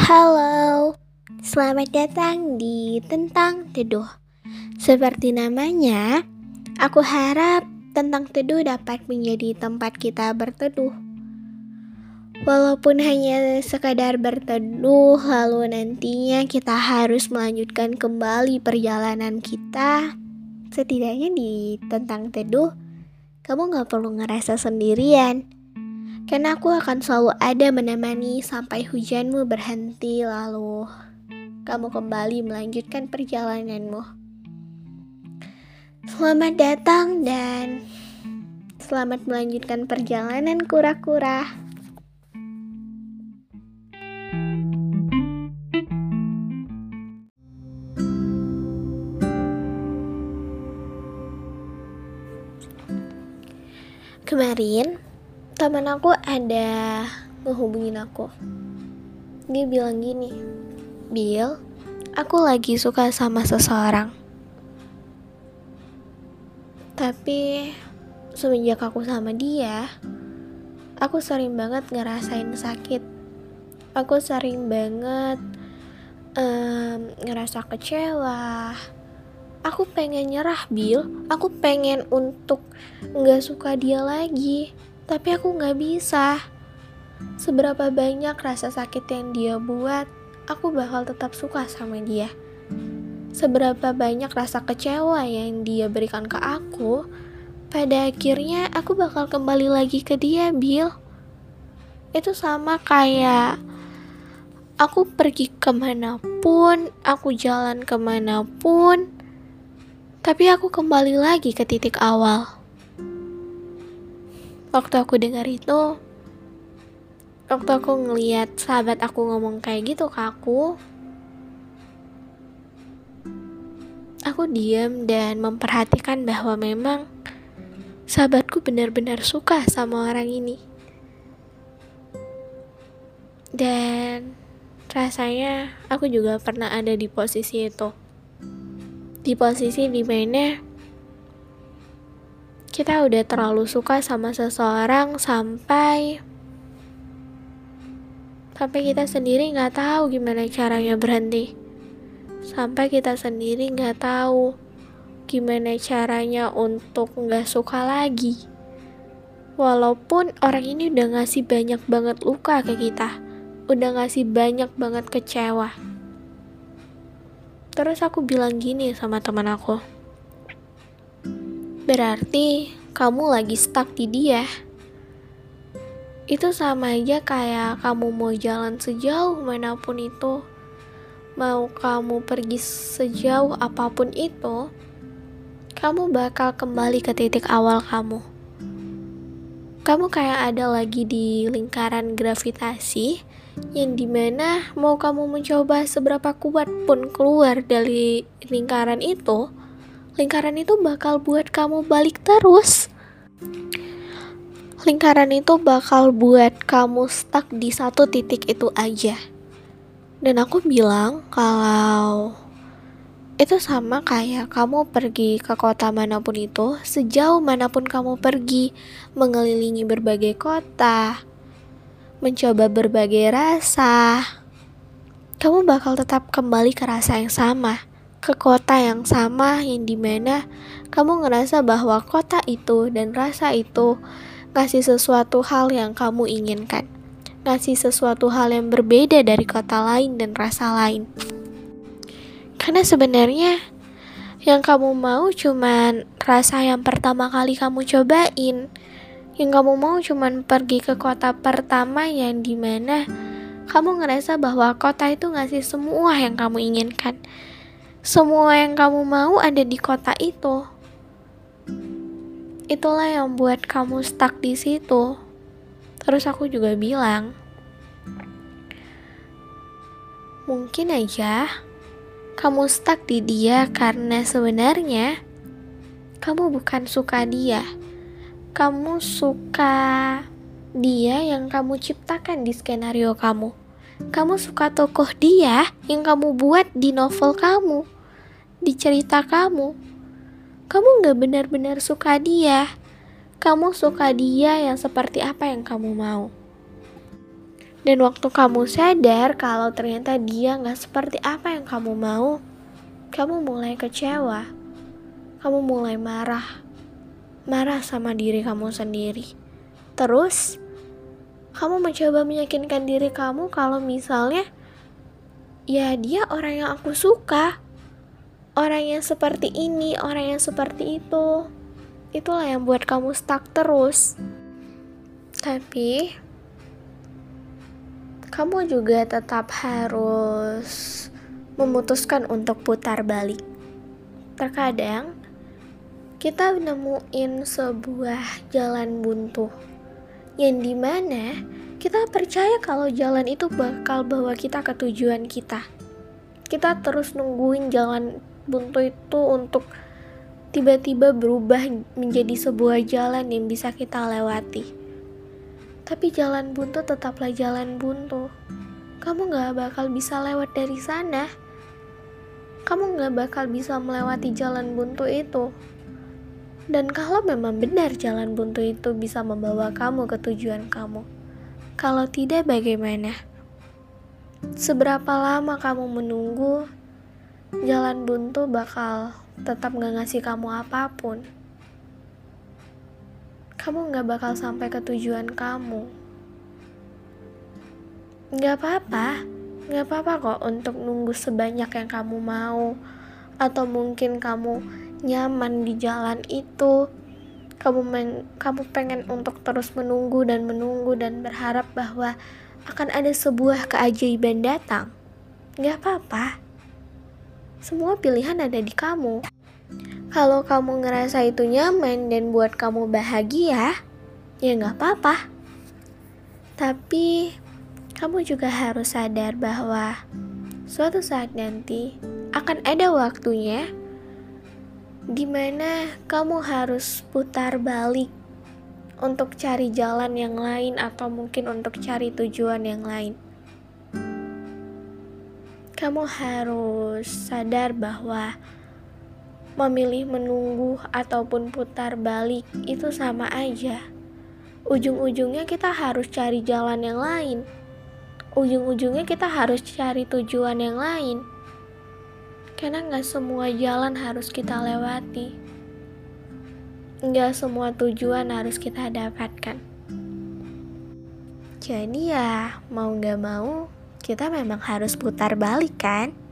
Halo, selamat datang di Tentang Teduh. Seperti namanya, aku harap Tentang Teduh dapat menjadi tempat kita berteduh. Walaupun hanya sekadar berteduh, lalu nantinya kita harus melanjutkan kembali perjalanan kita. Setidaknya di Tentang Teduh, kamu gak perlu ngerasa sendirian. Karena aku akan selalu ada menemani sampai hujanmu berhenti, lalu kamu kembali melanjutkan perjalananmu. Selamat datang dan selamat melanjutkan perjalanan kura-kura. Kemarin teman aku ada ngehubungin aku. Dia bilang gini, "Bil, aku lagi suka sama seseorang. Tapi semenjak aku sama dia, aku sering banget ngerasain sakit. Aku sering banget ngerasa kecewa. Aku pengen nyerah, Bil. Aku pengen untuk gak suka dia lagi. Tapi aku gak bisa. Seberapa banyak rasa sakit yang dia buat, aku bakal tetap suka sama dia. Seberapa banyak rasa kecewa yang dia berikan ke aku, pada akhirnya aku bakal kembali lagi ke dia, Bil. Itu sama kayak aku pergi kemanapun, aku jalan kemanapun, tapi aku kembali lagi ke titik awal. Waktu aku dengar itu, waktu aku ngeliat sahabat aku ngomong kayak gitu ke aku diam dan memperhatikan bahwa memang sahabatku benar-benar suka sama orang ini. Dan rasanya aku juga pernah ada di posisi itu. Di posisi dimana kita udah terlalu suka sama seseorang sampai kita sendiri gak tahu gimana caranya berhenti. Sampai kita sendiri gak tahu gimana caranya untuk gak suka lagi. Walaupun orang ini udah ngasih banyak banget luka ke kita, udah ngasih banyak banget kecewa. Terus aku bilang gini sama teman aku, berarti kamu lagi stuck di dia. Itu sama aja kayak kamu mau jalan sejauh manapun itu, mau kamu pergi sejauh apapun itu, kamu bakal kembali ke titik awal kamu. Kamu kayak ada lagi di lingkaran gravitasi, yang dimana mau kamu mencoba seberapa kuat pun keluar dari lingkaran itu bakal buat kamu balik terus. Lingkaran itu bakal buat kamu stuck di satu titik itu aja. Dan aku bilang kalau itu sama kayak kamu pergi ke kota manapun itu, sejauh manapun kamu pergi, mengelilingi berbagai kota, mencoba berbagai rasa, kamu bakal tetap kembali ke rasa yang sama, ke kota yang sama, yang dimana kamu ngerasa bahwa kota itu dan rasa itu ngasih sesuatu hal yang kamu inginkan, ngasih sesuatu hal yang berbeda dari kota lain dan rasa lain. Karena sebenarnya yang kamu mau cuman rasa yang pertama kali kamu cobain. Yang kamu mau cuman pergi ke kota pertama yang dimana kamu ngerasa bahwa kota itu ngasih semua yang kamu inginkan. Semua yang kamu mau ada di kota itu. Itulah yang buat kamu stuck di situ. Terus aku juga bilang, mungkin aja kamu stuck di dia karena sebenarnya kamu bukan suka dia. Kamu suka dia yang kamu ciptakan di skenario kamu. Kamu suka tokoh dia yang kamu buat di novel kamu, di cerita kamu. Kamu gak benar-benar suka dia. Kamu suka dia yang seperti apa yang kamu mau. Dan waktu kamu sadar kalau ternyata dia gak seperti apa yang kamu mau, kamu mulai kecewa. Kamu mulai marah. Marah sama diri kamu sendiri. Terus, kamu mencoba meyakinkan diri kamu kalau misalnya, ya dia orang yang aku suka. Orang yang seperti ini, orang yang seperti itu. Itulah yang buat kamu stuck terus. Tapi kamu juga tetap harus memutuskan untuk putar balik. Terkadang kita nemuin sebuah jalan buntu yang dimana kita percaya kalau jalan itu bakal bawa kita ke tujuan kita. Kita terus nungguin jalan buntu itu untuk tiba-tiba berubah menjadi sebuah jalan yang bisa kita lewati. Tapi jalan buntu tetaplah jalan buntu. Kamu gak bakal bisa lewat dari sana. Kamu gak bakal bisa melewati jalan buntu itu. Dan kalau memang benar jalan buntu itu bisa membawa kamu ke tujuan kamu, kalau tidak bagaimana? Seberapa lama kamu menunggu, jalan buntu bakal tetap gak ngasih kamu apapun. Kamu gak bakal sampai ke tujuan kamu. Gak apa-apa kok untuk nunggu sebanyak yang kamu mau. Atau mungkin kamu nyaman di jalan itu. Kamu pengen untuk terus menunggu dan berharap bahwa akan ada sebuah keajaiban datang. Gak apa-apa. Semua pilihan ada di kamu. Kalau kamu ngerasa itu nyaman dan buat kamu bahagia, ya gak apa-apa. Tapi kamu juga harus sadar bahwa suatu saat nanti akan ada waktunya dimana kamu harus putar balik untuk cari jalan yang lain atau mungkin untuk cari tujuan yang lain. Kamu harus sadar bahwa memilih menunggu ataupun putar balik itu sama aja. Ujung-ujungnya kita harus cari jalan yang lain. Ujung-ujungnya kita harus cari tujuan yang lain. Karena gak semua jalan harus kita lewati. Gak semua tujuan harus kita dapatkan. Jadi ya, mau gak mau, kita memang harus putar balik kan?